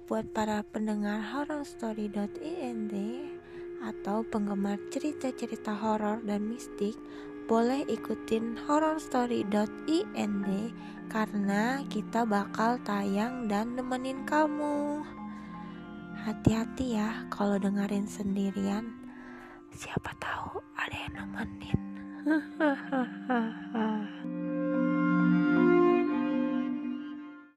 buat para pendengar horrorstory.ind atau penggemar cerita-cerita horor dan mistik, boleh ikutin horrorstory.ind karena kita bakal tayang dan nemenin kamu. Hati-hati ya kalau dengerin sendirian, siapa tahu ada yang nemenin.